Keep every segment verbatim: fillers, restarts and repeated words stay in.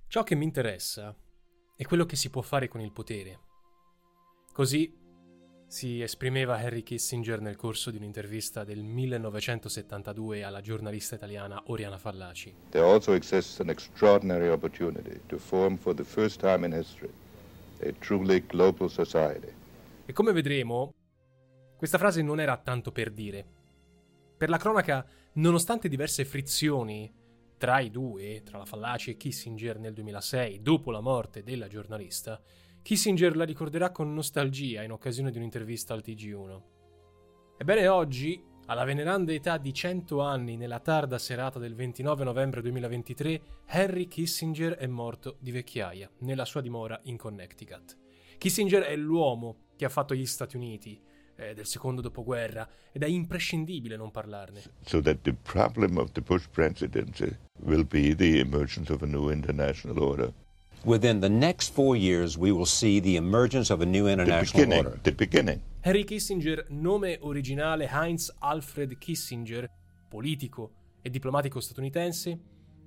Ciò che mi interessa è quello che si può fare con il potere. Così si esprimeva Henry Kissinger nel corso di un'intervista del millenovecentosettantadue alla giornalista italiana Oriana Fallaci. There also exists an extraordinary opportunity to form for the first time in history a truly global society. E come vedremo, questa frase non era tanto per dire. Per la cronaca, nonostante diverse frizioni tra i due, tra la Fallaci e Kissinger nel duemilasei, dopo la morte della giornalista, Kissinger la ricorderà con nostalgia in occasione di un'intervista al T G uno. Ebbene oggi, alla veneranda età di cento anni, nella tarda serata del ventinove novembre duemilaventitré, Henry Kissinger è morto di vecchiaia, nella sua dimora in Connecticut. Kissinger è l'uomo che ha fatto gli Stati Uniti eh, del secondo dopoguerra ed è imprescindibile non parlarne. So that the problem of the Bush presidency will be the emergence of a new international order. Within the next four years, we will see the emergence of a new international the beginning, order. The beginning. Henry Kissinger, nome originale Heinz Alfred Kissinger, politico e diplomatico statunitense,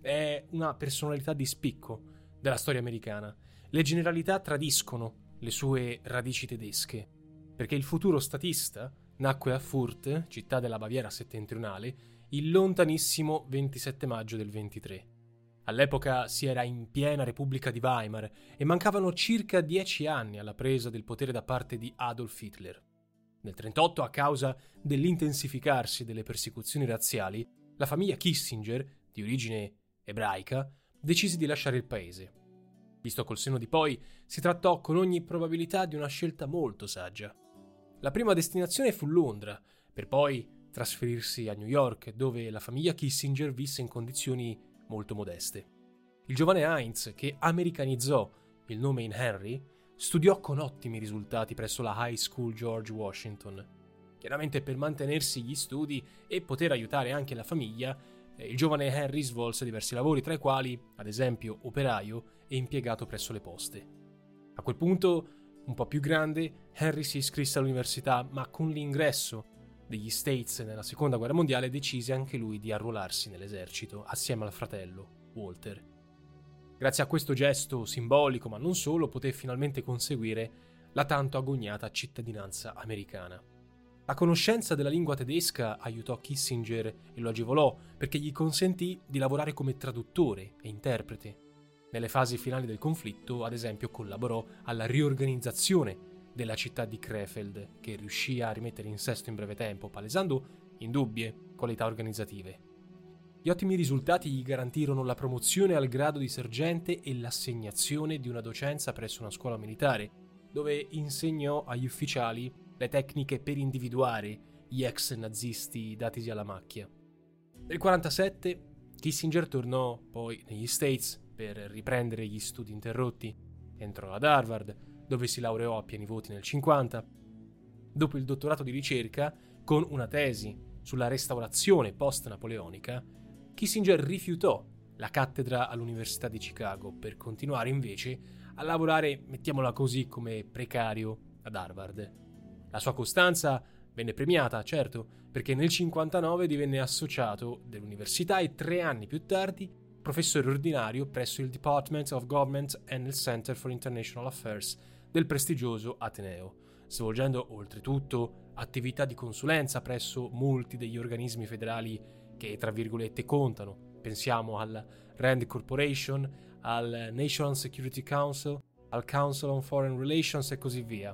è una personalità di spicco della storia americana. Le generalità tradiscono le sue radici tedesche, perché il futuro statista nacque a Fürth, città della Baviera settentrionale, il lontanissimo ventisette maggio del ventitré. All'epoca si era in piena Repubblica di Weimar e mancavano circa dieci anni alla presa del potere da parte di Adolf Hitler. Nel trentotto, a causa dell'intensificarsi delle persecuzioni razziali, la famiglia Kissinger, di origine ebraica, decise di lasciare il paese. Visto col senno di poi, si trattò con ogni probabilità di una scelta molto saggia. La prima destinazione fu Londra, per poi trasferirsi a New York, dove la famiglia Kissinger visse in condizioni molto modeste. Il giovane Heinz, che americanizzò il nome in Henry, studiò con ottimi risultati presso la High School George Washington. Chiaramente per mantenersi gli studi e poter aiutare anche la famiglia, il giovane Henry svolse diversi lavori, tra i quali, ad esempio, operaio e impiegato presso le poste. A quel punto, un po' più grande, Henry si iscrisse all'università, ma con l'ingresso degli States nella seconda guerra mondiale decise anche lui di arruolarsi nell'esercito assieme al fratello Walter. Grazie a questo gesto simbolico, ma non solo, poté finalmente conseguire la tanto agognata cittadinanza americana. La conoscenza della lingua tedesca aiutò Kissinger e lo agevolò perché gli consentì di lavorare come traduttore e interprete. Nelle fasi finali del conflitto, ad esempio, collaborò alla riorganizzazione della città di Krefeld, che riuscì a rimettere in sesto in breve tempo, palesando indubbie qualità organizzative. Gli ottimi risultati gli garantirono la promozione al grado di sergente e l'assegnazione di una docenza presso una scuola militare, dove insegnò agli ufficiali le tecniche per individuare gli ex nazisti datisi alla macchia. Nel quarantasette Kissinger tornò poi negli States per riprendere gli studi interrotti. Entrò ad Harvard, dove si laureò a pieni voti nel cinquanta. Dopo il dottorato di ricerca, con una tesi sulla restaurazione post-napoleonica, Kissinger rifiutò la cattedra all'Università di Chicago per continuare invece a lavorare, mettiamola così, come precario ad Harvard. La sua costanza venne premiata, certo, perché nel cinquantanove divenne associato dell'università e tre anni più tardi professore ordinario presso il Department of Government and il Center for International Affairs del prestigioso Ateneo, svolgendo oltretutto attività di consulenza presso molti degli organismi federali che, tra virgolette, contano. Pensiamo al Rand Corporation, al National Security Council, al Council on Foreign Relations e così via.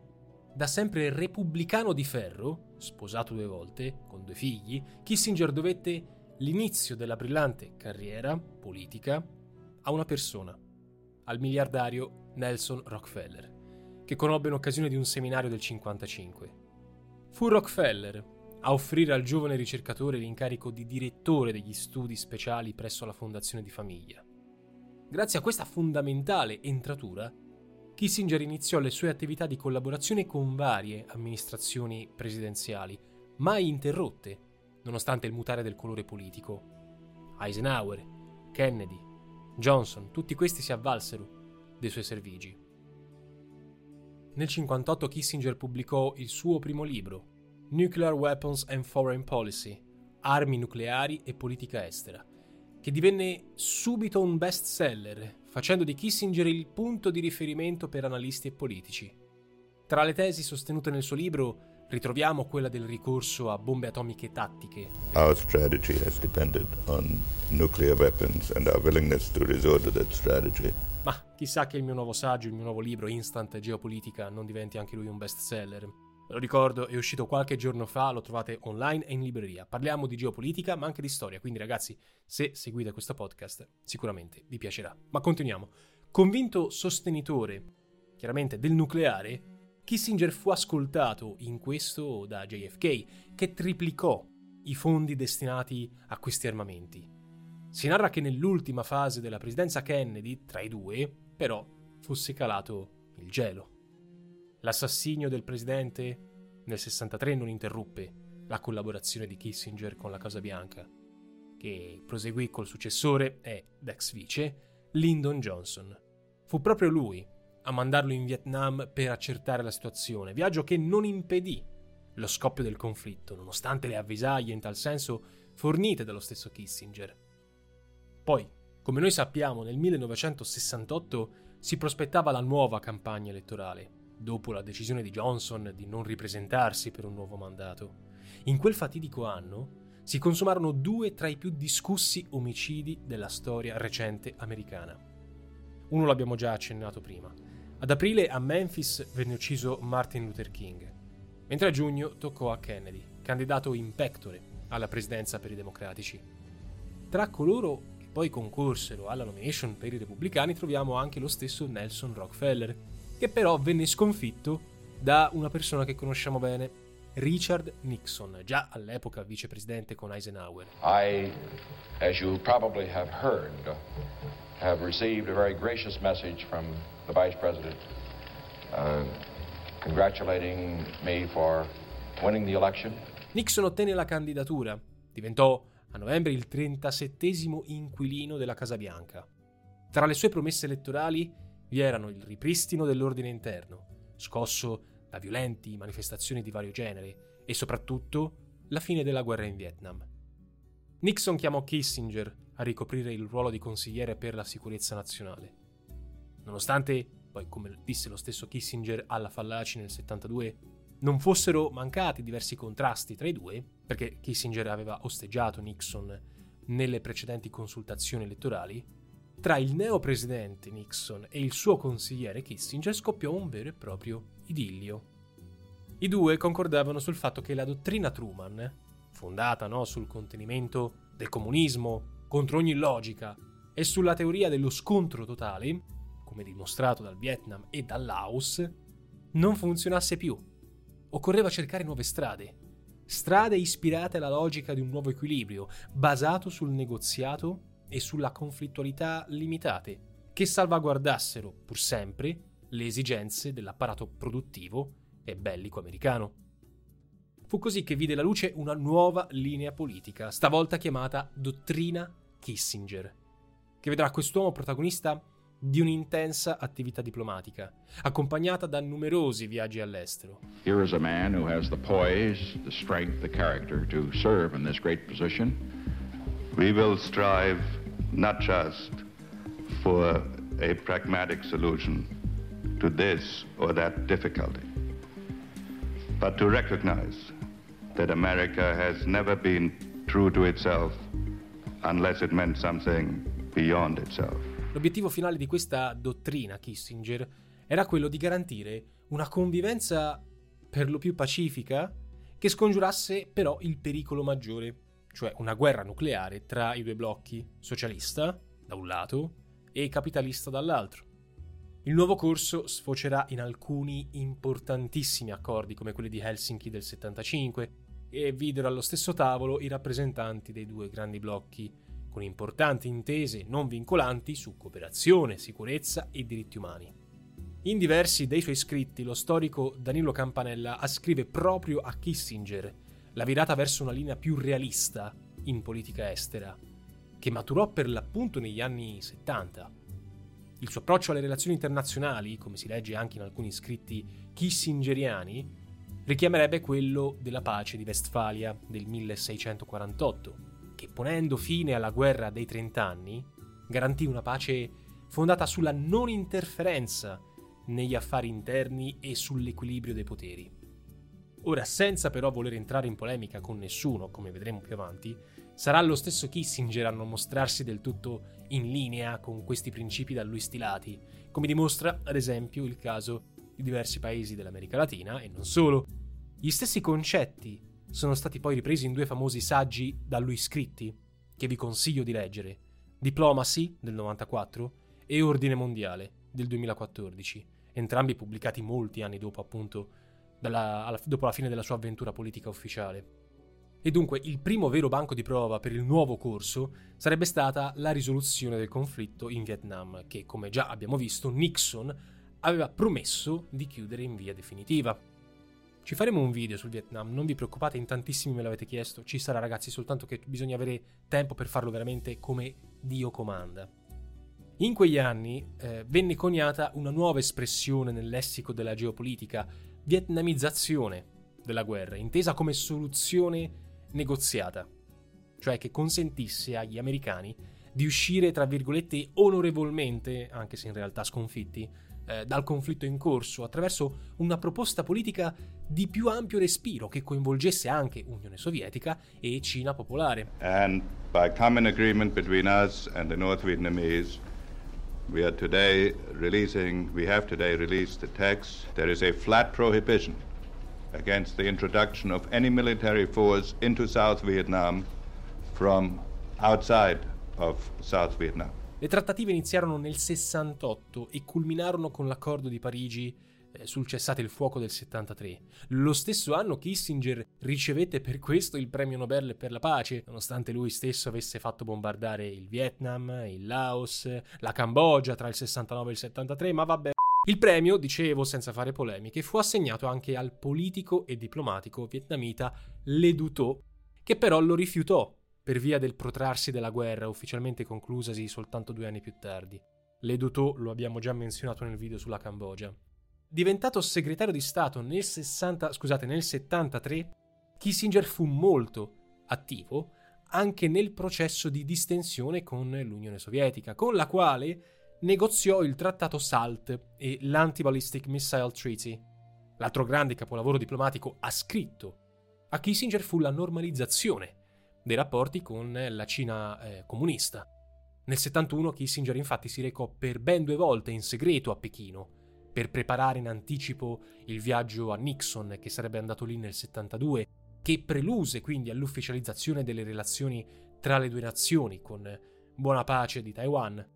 Da sempre repubblicano di ferro, sposato due volte, con due figli, Kissinger dovette l'inizio della brillante carriera politica a una persona, al miliardario Nelson Rockefeller, che conobbe in occasione di un seminario del cinquantacinque. Fu Rockefeller a offrire al giovane ricercatore l'incarico di direttore degli studi speciali presso la Fondazione di Famiglia. Grazie a questa fondamentale entratura, Kissinger iniziò le sue attività di collaborazione con varie amministrazioni presidenziali, mai interrotte, nonostante il mutare del colore politico. Eisenhower, Kennedy, Johnson, tutti questi si avvalsero dei suoi servigi. Nel cinquantotto Kissinger pubblicò il suo primo libro, Nuclear Weapons and Foreign Policy, Armi nucleari e politica estera, che divenne subito un bestseller, facendo di Kissinger il punto di riferimento per analisti e politici. Tra le tesi sostenute nel suo libro ritroviamo quella del ricorso a bombe atomiche tattiche. Our strategy has depended on nuclear weapons and our willingness to resort to that strategy. Ma chissà che il mio nuovo saggio, il mio nuovo libro Instant Geopolitica non diventi anche lui un bestseller. Ve lo ricordo, è uscito qualche giorno fa, lo trovate online e in libreria. Parliamo di geopolitica ma anche di storia, quindi ragazzi, se seguite questo podcast sicuramente vi piacerà. Ma continuiamo. Convinto sostenitore, chiaramente, del nucleare, Kissinger fu ascoltato in questo da J F K, che triplicò i fondi destinati a questi armamenti. Si narra che nell'ultima fase della presidenza Kennedy, tra i due, però, fosse calato il gelo. L'assassinio del presidente nel sessantatré non interruppe la collaborazione di Kissinger con la Casa Bianca, che proseguì col successore ed ex vice, Lyndon Johnson. Fu proprio lui a mandarlo in Vietnam per accertare la situazione, viaggio che non impedì lo scoppio del conflitto, nonostante le avvisaglie in tal senso fornite dallo stesso Kissinger. Poi, come noi sappiamo, nel millenovecentosessantotto si prospettava la nuova campagna elettorale, dopo la decisione di Johnson di non ripresentarsi per un nuovo mandato. In quel fatidico anno si consumarono due tra i più discussi omicidi della storia recente americana. Uno l'abbiamo già accennato prima. Ad aprile a Memphis venne ucciso Martin Luther King, mentre a giugno toccò a Kennedy, candidato in pectore alla presidenza per i democratici. Tra coloro che poi concorsero alla nomination per i repubblicani troviamo anche lo stesso Nelson Rockefeller, che però venne sconfitto da una persona che conosciamo bene, Richard Nixon, già all'epoca vicepresidente con Eisenhower. I, as you probably have heard, have received a very gracious message from the Vice President uh, congratulating me for winning the election. Nixon ottenne la candidatura, diventò a novembre il trentasettesimo inquilino della Casa Bianca. Tra le sue promesse elettorali vi erano il ripristino dell'ordine interno, scosso da violenti manifestazioni di vario genere, e soprattutto la fine della guerra in Vietnam. Nixon chiamò Kissinger a ricoprire il ruolo di consigliere per la sicurezza nazionale. Nonostante, poi come disse lo stesso Kissinger alla Fallaci nel settantadue, non fossero mancati diversi contrasti tra i due, perché Kissinger aveva osteggiato Nixon nelle precedenti consultazioni elettorali, tra il neopresidente Nixon e il suo consigliere Kissinger scoppiò un vero e proprio idillio. I due concordavano sul fatto che la dottrina Truman, fondata no, sul contenimento del comunismo contro ogni logica e sulla teoria dello scontro totale, come dimostrato dal Vietnam e dal Laos, non funzionasse più. Occorreva cercare nuove strade, strade ispirate alla logica di un nuovo equilibrio, basato sul negoziato e sulla conflittualità limitate, che salvaguardassero pur sempre le esigenze dell'apparato produttivo e bellico americano. Fu così che vide la luce una nuova linea politica, stavolta chiamata Dottrina Kissinger, che vedrà quest'uomo protagonista di un'intensa attività diplomatica, accompagnata da numerosi viaggi all'estero. Here is a man who has the poise, the strength, the character to serve in this great position. We will strive not just for a pragmatic solution to this or that difficulty, but to recognize that America has never been true to itself unless it meant something beyond itself. L'obiettivo finale di questa dottrina Kissinger era quello di garantire una convivenza per lo più pacifica che scongiurasse però il pericolo maggiore, cioè una guerra nucleare tra i due blocchi, socialista da un lato e capitalista dall'altro. Il nuovo corso sfocerà in alcuni importantissimi accordi come quelli di Helsinki del settantacinque e videro allo stesso tavolo i rappresentanti dei due grandi blocchi, con importanti intese non vincolanti su cooperazione, sicurezza e diritti umani. In diversi dei suoi scritti, lo storico Danilo Campanella ascrive proprio a Kissinger la virata verso una linea più realista in politica estera, che maturò per l'appunto negli anni settanta. Il suo approccio alle relazioni internazionali, come si legge anche in alcuni scritti kissingeriani, richiamerebbe quello della pace di Westfalia del milleseicentoquarantotto, che ponendo fine alla guerra dei trent'anni garantì una pace fondata sulla non interferenza negli affari interni e sull'equilibrio dei poteri. Ora, senza però voler entrare in polemica con nessuno, come vedremo più avanti, sarà lo stesso Kissinger a non mostrarsi del tutto in linea con questi principi da lui stilati, come dimostra ad esempio il caso di diversi paesi dell'America Latina e non solo. Gli stessi concetti sono stati poi ripresi in due famosi saggi da lui scritti, che vi consiglio di leggere: Diplomacy del novantaquattro e Ordine Mondiale del duemilaquattordici, entrambi pubblicati molti anni dopo, appunto, dalla, alla, dopo la fine della sua avventura politica ufficiale. E dunque il primo vero banco di prova per il nuovo corso sarebbe stata la risoluzione del conflitto in Vietnam, che, come già abbiamo visto, Nixon aveva promesso di chiudere in via definitiva. Ci faremo un video sul Vietnam, non vi preoccupate, in tantissimi me l'avete chiesto, ci sarà ragazzi, soltanto che bisogna avere tempo per farlo veramente come Dio comanda. In quegli anni eh, venne coniata una nuova espressione nel lessico della geopolitica: vietnamizzazione della guerra, intesa come soluzione negoziata, cioè che consentisse agli americani di uscire, tra virgolette, onorevolmente, anche se in realtà sconfitti, eh, dal conflitto in corso attraverso una proposta politica di più ampio respiro che coinvolgesse anche Unione Sovietica e Cina popolare. And by common agreement between us and the North Vietnamese, we are today releasing, we have today released the text. There is a flat prohibition against the introduction of any military force into South Vietnam from outside of South Vietnam. Le trattative iniziarono nel sessantotto e culminarono con l'accordo di Parigi eh, sul cessate il fuoco del settantatré. Lo stesso anno Kissinger ricevette per questo il premio Nobel per la pace, nonostante lui stesso avesse fatto bombardare il Vietnam, il Laos, la Cambogia tra il sessantanove e il settantatré, ma vabbè. Il premio, dicevo senza fare polemiche, fu assegnato anche al politico e diplomatico vietnamita Le Du Thot, che però lo rifiutò per via del protrarsi della guerra, ufficialmente conclusasi soltanto due anni più tardi. Le Du Thot lo abbiamo già menzionato nel video sulla Cambogia. Diventato segretario di Stato nel sessanta, scusate, nel settantatré, Kissinger fu molto attivo anche nel processo di distensione con l'Unione Sovietica, con la quale negoziò il trattato SALT e l'Anti-Ballistic Missile Treaty. L'altro grande capolavoro diplomatico ascritto a Kissinger fu la normalizzazione dei rapporti con la Cina eh, comunista. Nel settantuno Kissinger infatti si recò per ben due volte in segreto a Pechino per preparare in anticipo il viaggio a Nixon, che sarebbe andato lì nel settantadue, che preluse quindi all'ufficializzazione delle relazioni tra le due nazioni con buona pace di Taiwan.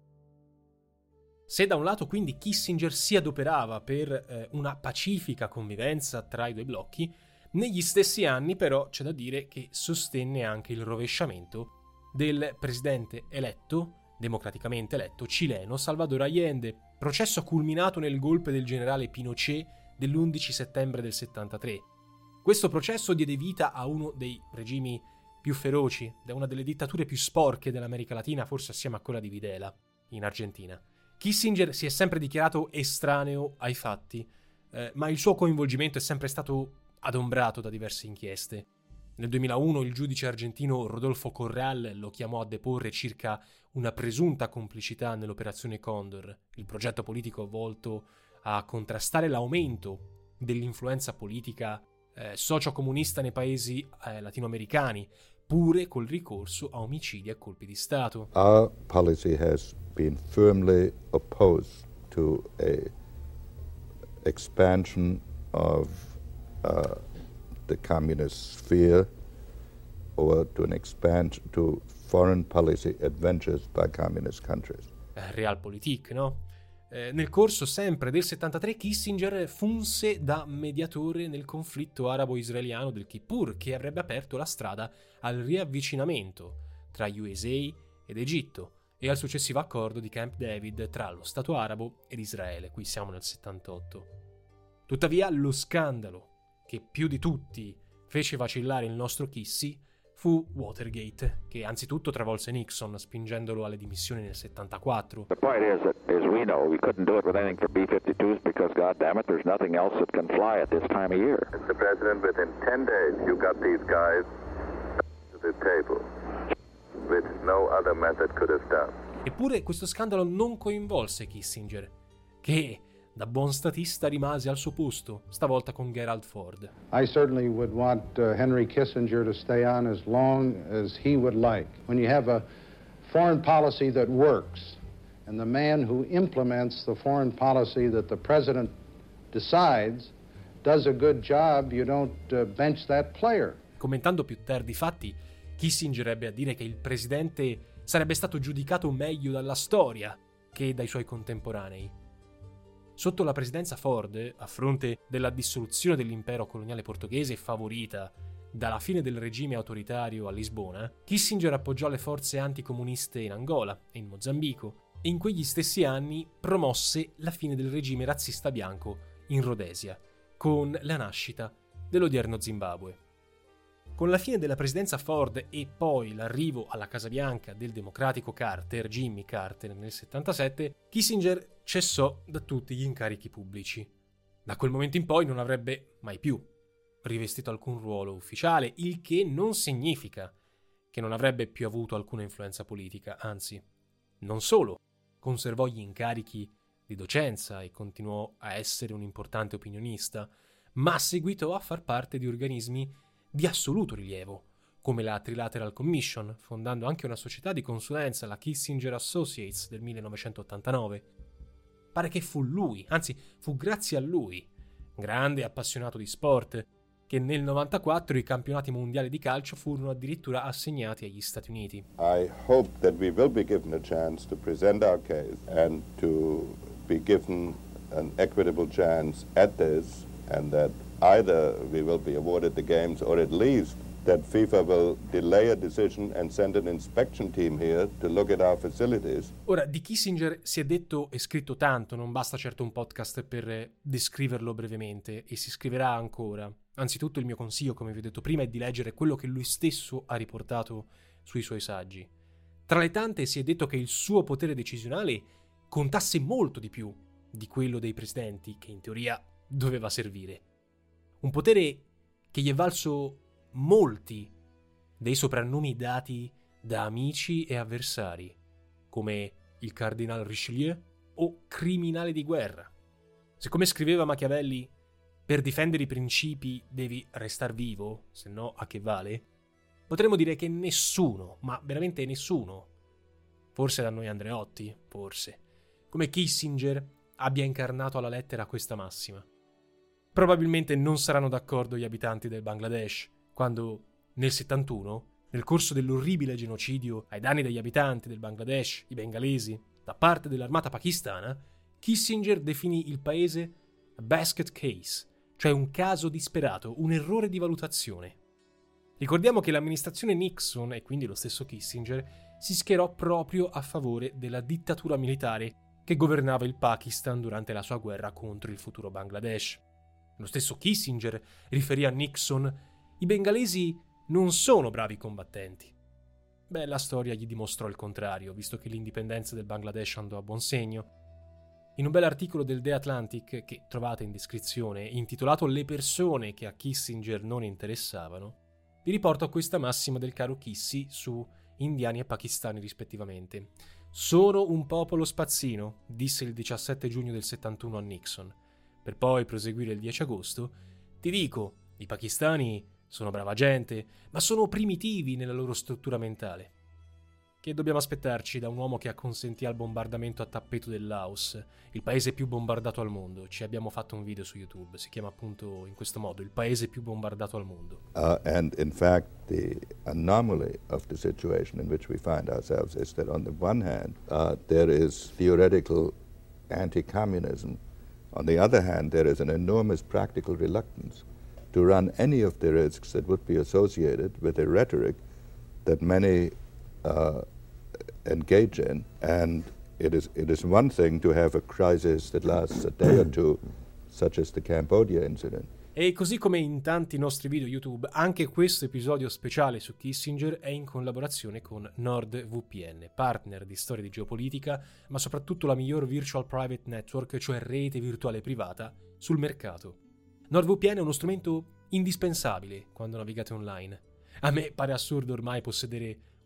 Se da un lato quindi Kissinger si adoperava per eh, una pacifica convivenza tra i due blocchi, negli stessi anni però c'è da dire che sostenne anche il rovesciamento del presidente eletto, democraticamente eletto, cileno Salvador Allende, processo culminato nel golpe del generale Pinochet dell'undici settembre del settantatré. Questo processo diede vita a uno dei regimi più feroci, da una delle dittature più sporche dell'America Latina, forse assieme a quella di Videla, in Argentina. Kissinger si è sempre dichiarato estraneo ai fatti, eh, ma il suo coinvolgimento è sempre stato adombrato da diverse inchieste. Nel duemilauno il giudice argentino Rodolfo Corral lo chiamò a deporre circa una presunta complicità nell'operazione Condor, il progetto politico volto a contrastare l'aumento dell'influenza politica eh, socio-comunista nei paesi eh, latinoamericani, pure col ricorso a omicidi a colpi di Stato. Our policy has been firmly opposed to a expansion of uh, the communist sphere or to an expansion to foreign policy adventures by communist countries. Realpolitik, no? Eh, nel corso sempre del settantatré Kissinger funse da mediatore nel conflitto arabo-israeliano del Kippur, che avrebbe aperto la strada al riavvicinamento tra U S A ed Egitto e al successivo accordo di Camp David tra lo Stato arabo ed Israele. Qui siamo nel settantotto. Tuttavia lo scandalo che più di tutti fece vacillare il nostro Kissy fu Watergate, che anzitutto travolse Nixon, spingendolo alle dimissioni nel settantaquattro. The point is that, as we know, we couldn't do it with anything for B fifty-twos because, goddammit, there's nothing else that can fly at this time of year. Mister President, within ten days you got these guys to the table, which no other method could have done. Eppure questo scandalo non coinvolse Kissinger, che da buon statista rimase al suo posto, stavolta con Gerald Ford. I certainly would want uh, Henry Kissinger to stay on as long as he would like. When you have a foreign policy that works, and the man who implements the foreign policy that the president decides does a good job, you don't uh, bench that player. Commentando più tardi i fatti, Kissinger ebbe a dire che il presidente sarebbe stato giudicato meglio dalla storia che dai suoi contemporanei. Sotto la presidenza Ford, a fronte della dissoluzione dell'impero coloniale portoghese favorita dalla fine del regime autoritario a Lisbona, Kissinger appoggiò le forze anticomuniste in Angola e in Mozambico e in quegli stessi anni promosse la fine del regime razzista bianco in Rhodesia, con la nascita dell'odierno Zimbabwe. Con la fine della presidenza Ford e poi l'arrivo alla Casa Bianca del democratico Carter, Jimmy Carter, nel settantasette, Kissinger cessò da tutti gli incarichi pubblici. Da quel momento in poi non avrebbe mai più rivestito alcun ruolo ufficiale, il che non significa che non avrebbe più avuto alcuna influenza politica, anzi, non solo conservò gli incarichi di docenza e continuò a essere un importante opinionista, ma seguitò a far parte di organismi di assoluto rilievo, come la Trilateral Commission, fondando anche una società di consulenza, la Kissinger Associates del millenovecentottantanove. Pare che fu lui, anzi fu grazie a lui, grande e appassionato di sport, che nel novantaquattro i campionati mondiali di calcio furono addirittura assegnati agli Stati Uniti. I hope that we will be given a chance to present our case and to be given an equitable chance at this, and that either we will be awarded the games or at least that FIFA will delay a decision and send an inspection team here to look at our facilities. Ora, di Kissinger si è detto e scritto tanto, non basta certo un podcast per descriverlo brevemente, e si scriverà ancora. Anzitutto il mio consiglio, come vi ho detto prima, è di leggere quello che lui stesso ha riportato sui suoi saggi. Tra le tante si è detto che il suo potere decisionale contasse molto di più di quello dei presidenti, che in teoria doveva servire. Un potere che gli è valso molti dei soprannomi dati da amici e avversari, come il cardinal Richelieu o criminale di guerra. Se, come scriveva Machiavelli, per difendere i principi devi restar vivo, se no a che vale, potremmo dire che nessuno, ma veramente nessuno, forse da noi Andreotti, forse, come Kissinger, abbia incarnato alla lettera questa massima. Probabilmente non saranno d'accordo gli abitanti del Bangladesh, quando nel settantuno, nel corso dell'orribile genocidio ai danni degli abitanti del Bangladesh, i bengalesi, da parte dell'armata pakistana, Kissinger definì il paese a basket case, cioè un caso disperato, un errore di valutazione. Ricordiamo che l'amministrazione Nixon, e quindi lo stesso Kissinger, si schierò proprio a favore della dittatura militare che governava il Pakistan durante la sua guerra contro il futuro Bangladesh. Lo stesso Kissinger riferì a Nixon: i bengalesi non sono bravi combattenti. Beh, la storia gli dimostrò il contrario, visto che l'indipendenza del Bangladesh andò a buon segno. In un bel articolo del The Atlantic, che trovate in descrizione, intitolato Le persone che a Kissinger non interessavano, vi riporto questa massima del caro Kissy su indiani e pakistani rispettivamente. Sono un popolo spazzino, disse il diciassette giugno del settantuno a Nixon, per poi proseguire il dieci agosto: ti dico, i pakistani sono brava gente, ma sono primitivi nella loro struttura mentale. Che dobbiamo aspettarci da un uomo che acconsentì al bombardamento a tappeto del Laos, il paese più bombardato al mondo? Ci abbiamo fatto un video su YouTube, si chiama appunto in questo modo, il paese più bombardato al mondo. Uh, and in fact, the anomaly of the situation in which we find ourselves is that on the one hand, uh, there is theoretical anti-communism. On the other hand, there is an enormous practical reluctance to run any of the risks that would be associated with a rhetoric that many uh, engage in. And it is, it is one thing to have a crisis that lasts a day or two, such as the Cambodia incident. E così come in tanti nostri video YouTube, anche questo episodio speciale su Kissinger è in collaborazione con NordVPN, partner di storia di geopolitica, ma soprattutto la miglior virtual private network, cioè rete virtuale privata, sul mercato. NordVPN è uno strumento indispensabile quando navigate online. A me pare assurdo ormai possedere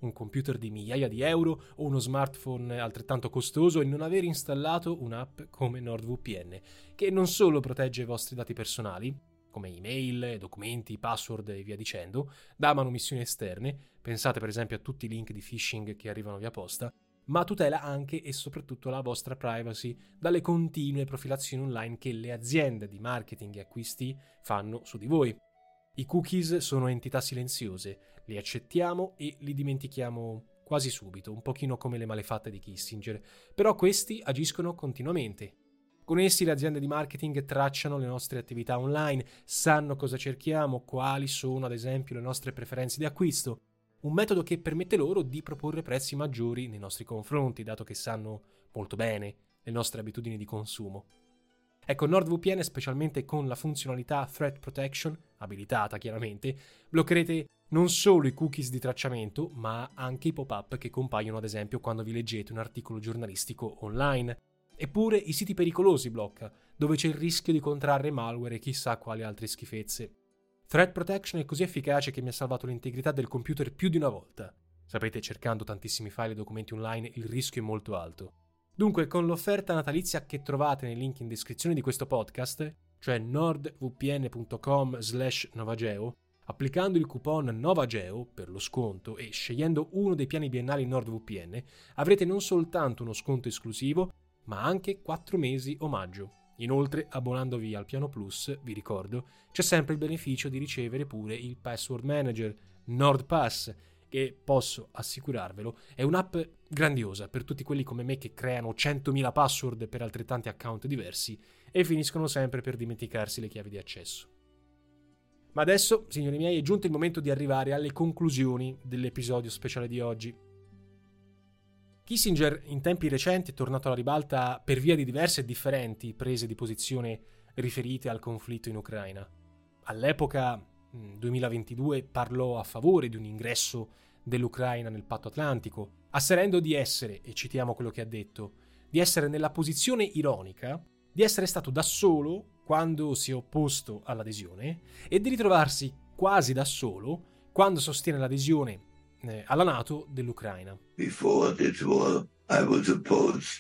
un computer di migliaia di euro o uno smartphone altrettanto costoso e non aver installato un'app come NordVPN, che non solo protegge i vostri dati personali, come email, documenti, password e via dicendo, da manomissioni esterne, pensate per esempio a tutti i link di phishing che arrivano via posta, ma tutela anche e soprattutto la vostra privacy dalle continue profilazioni online che le aziende di marketing e acquisti fanno su di voi. I cookies sono entità silenziose, li accettiamo e li dimentichiamo quasi subito, un pochino come le malefatte di Kissinger, però questi agiscono continuamente. Con essi le aziende di marketing tracciano le nostre attività online, sanno cosa cerchiamo, quali sono ad esempio le nostre preferenze di acquisto, un metodo che permette loro di proporre prezzi maggiori nei nostri confronti, dato che sanno molto bene le nostre abitudini di consumo. Ecco, NordVPN, specialmente con la funzionalità Threat Protection, abilitata chiaramente, bloccherete non solo i cookies di tracciamento, ma anche i pop-up che compaiono ad esempio quando vi leggete un articolo giornalistico online. Eppure i siti pericolosi blocca, dove c'è il rischio di contrarre malware e chissà quali altre schifezze. Threat Protection è così efficace che mi ha salvato l'integrità del computer più di una volta. Sapete, cercando tantissimi file e documenti online il rischio è molto alto. Dunque, con l'offerta natalizia che trovate nei link in descrizione di questo podcast, cioè nordvpn.com slash novageo, applicando il coupon NOVAGEO per lo sconto e scegliendo uno dei piani biennali NordVPN, avrete non soltanto uno sconto esclusivo, ma anche quattro mesi omaggio. Inoltre, abbonandovi al piano Plus, vi ricordo, c'è sempre il beneficio di ricevere pure il Password Manager NordPass, che posso assicurarvelo è un'app grandiosa per tutti quelli come me che creano centomila password per altrettanti account diversi e finiscono sempre per dimenticarsi le chiavi di accesso. Ma adesso, signori miei, è giunto il momento di arrivare alle conclusioni dell'episodio speciale di oggi. Kissinger in tempi recenti è tornato alla ribalta per via di diverse e differenti prese di posizione riferite al conflitto in Ucraina. All'epoca, duemilaventidue, parlò a favore di un ingresso dell'Ucraina nel patto atlantico, asserendo di essere, e citiamo quello che ha detto, di essere nella posizione ironica di essere stato da solo quando si è opposto all'adesione e di ritrovarsi quasi da solo quando sostiene l'adesione eh, alla NATO dell'Ucraina. Before this war, I was opposed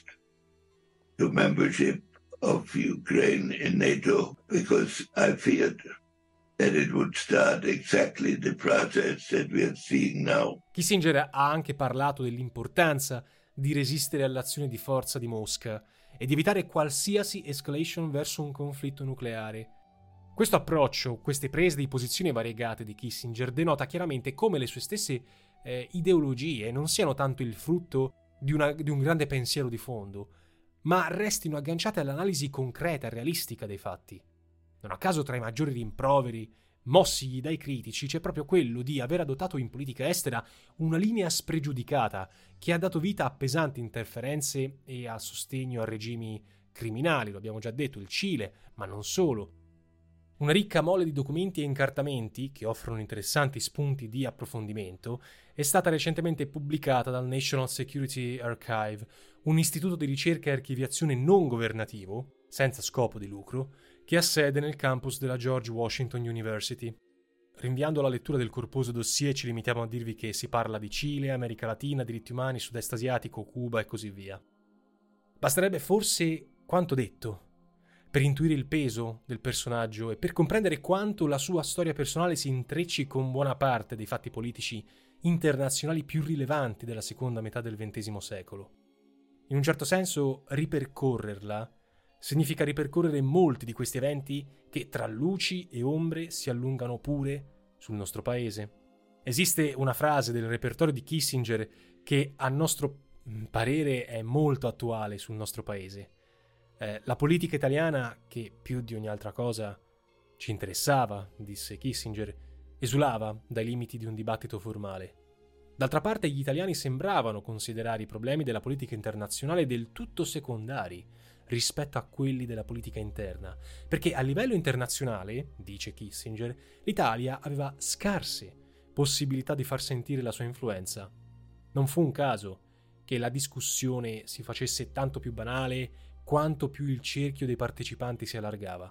to membership of Ukraine in NATO because I feared that it would start exactly the process that we are seeing now. Kissinger ha anche parlato dell'importanza di resistere all'azione di forza di Mosca e di evitare qualsiasi escalation verso un conflitto nucleare. Questo approccio, queste prese di posizione variegate di Kissinger denota chiaramente come le sue stesse eh, ideologie non siano tanto il frutto di, una, di un grande pensiero di fondo, ma restino agganciate all'analisi concreta e realistica dei fatti. Non a caso tra i maggiori rimproveri mossigli dai critici c'è proprio quello di aver adottato in politica estera una linea spregiudicata che ha dato vita a pesanti interferenze e a sostegno a regimi criminali, lo abbiamo già detto, il Cile, ma non solo. Una ricca mole di documenti e incartamenti, che offrono interessanti spunti di approfondimento, è stata recentemente pubblicata dal National Security Archive, un istituto di ricerca e archiviazione non governativo, senza scopo di lucro, che ha sede nel campus della George Washington University. Rinviando alla lettura del corposo dossier ci limitiamo a dirvi che si parla di Cile, America Latina, diritti umani, sud-est asiatico, Cuba e così via. Basterebbe forse quanto detto per intuire il peso del personaggio e per comprendere quanto la sua storia personale si intrecci con buona parte dei fatti politici internazionali più rilevanti della seconda metà del ventesimo secolo. In un certo senso, ripercorrerla significa ripercorrere molti di questi eventi che tra luci e ombre si allungano pure sul nostro paese. Esiste una frase del repertorio di Kissinger che a nostro parere è molto attuale sul nostro paese. Eh, la politica italiana, che più di ogni altra cosa ci interessava, disse Kissinger, esulava dai limiti di un dibattito formale. D'altra parte gli italiani sembravano considerare i problemi della politica internazionale del tutto secondari rispetto a quelli della politica interna, perché a livello internazionale, dice Kissinger, l'Italia aveva scarse possibilità di far sentire la sua influenza. Non fu un caso che la discussione si facesse tanto più banale quanto più il cerchio dei partecipanti si allargava.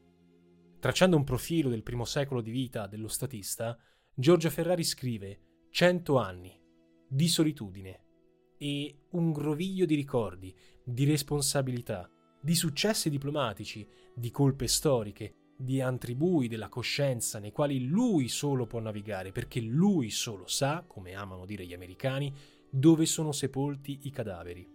Tracciando un profilo del primo secolo di vita dello statista, Giorgio Ferrari scrive: cento anni di solitudine e un groviglio di ricordi, di responsabilità, di successi diplomatici, di colpe storiche, di antribui della coscienza nei quali lui solo può navigare, perché lui solo sa, come amano dire gli americani, dove sono sepolti i cadaveri.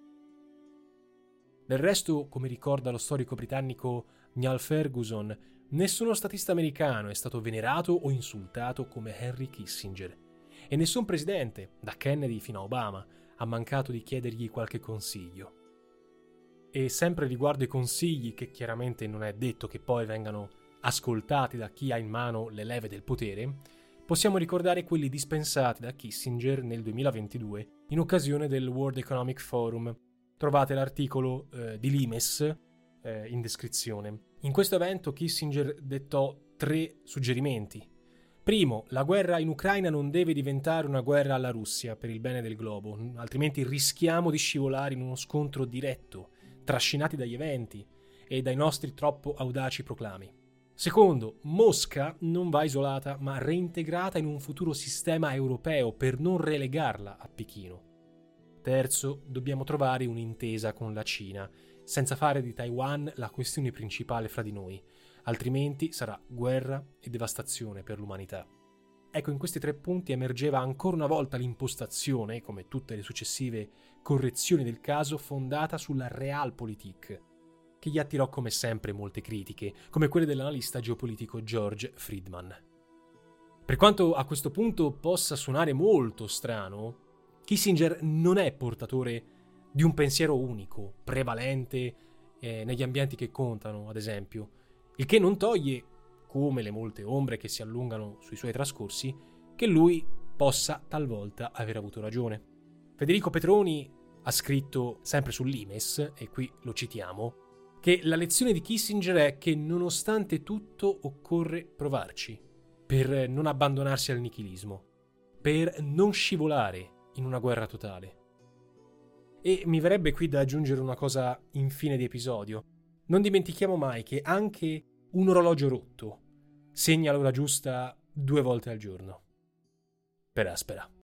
Del resto, come ricorda lo storico britannico Niall Ferguson, nessuno statista americano è stato venerato o insultato come Henry Kissinger, e nessun presidente, da Kennedy fino a Obama, ha mancato di chiedergli qualche consiglio. E sempre riguardo i consigli, che chiaramente non è detto che poi vengano ascoltati da chi ha in mano le leve del potere, possiamo ricordare quelli dispensati da Kissinger nel duemilaventidue in occasione del World Economic Forum. Trovate l'articolo eh, di Limes eh, in descrizione. In questo evento Kissinger dettò tre suggerimenti. Primo, la guerra in Ucraina non deve diventare una guerra alla Russia per il bene del globo, altrimenti rischiamo di scivolare in uno scontro diretto, trascinati dagli eventi e dai nostri troppo audaci proclami. Secondo, Mosca non va isolata, ma reintegrata in un futuro sistema europeo per non relegarla a Pechino. Terzo, dobbiamo trovare un'intesa con la Cina, senza fare di Taiwan la questione principale fra di noi, altrimenti sarà guerra e devastazione per l'umanità. Ecco, in questi tre punti emergeva ancora una volta l'impostazione, come tutte le successive correzioni del caso, fondata sulla Realpolitik, che gli attirò come sempre molte critiche, come quelle dell'analista geopolitico George Friedman. Per quanto a questo punto possa suonare molto strano, Kissinger non è portatore di un pensiero unico, prevalente eh, negli ambienti che contano, ad esempio, il che non toglie, come le molte ombre che si allungano sui suoi trascorsi, che lui possa talvolta aver avuto ragione. Federico Petroni ha scritto, sempre su Limes, e qui lo citiamo, che la lezione di Kissinger è che nonostante tutto occorre provarci, per non abbandonarsi al nichilismo, per non scivolare in una guerra totale. E mi verrebbe qui da aggiungere una cosa in fine di episodio. Non dimentichiamo mai che anche un orologio rotto segna l'ora giusta due volte al giorno. Per aspera.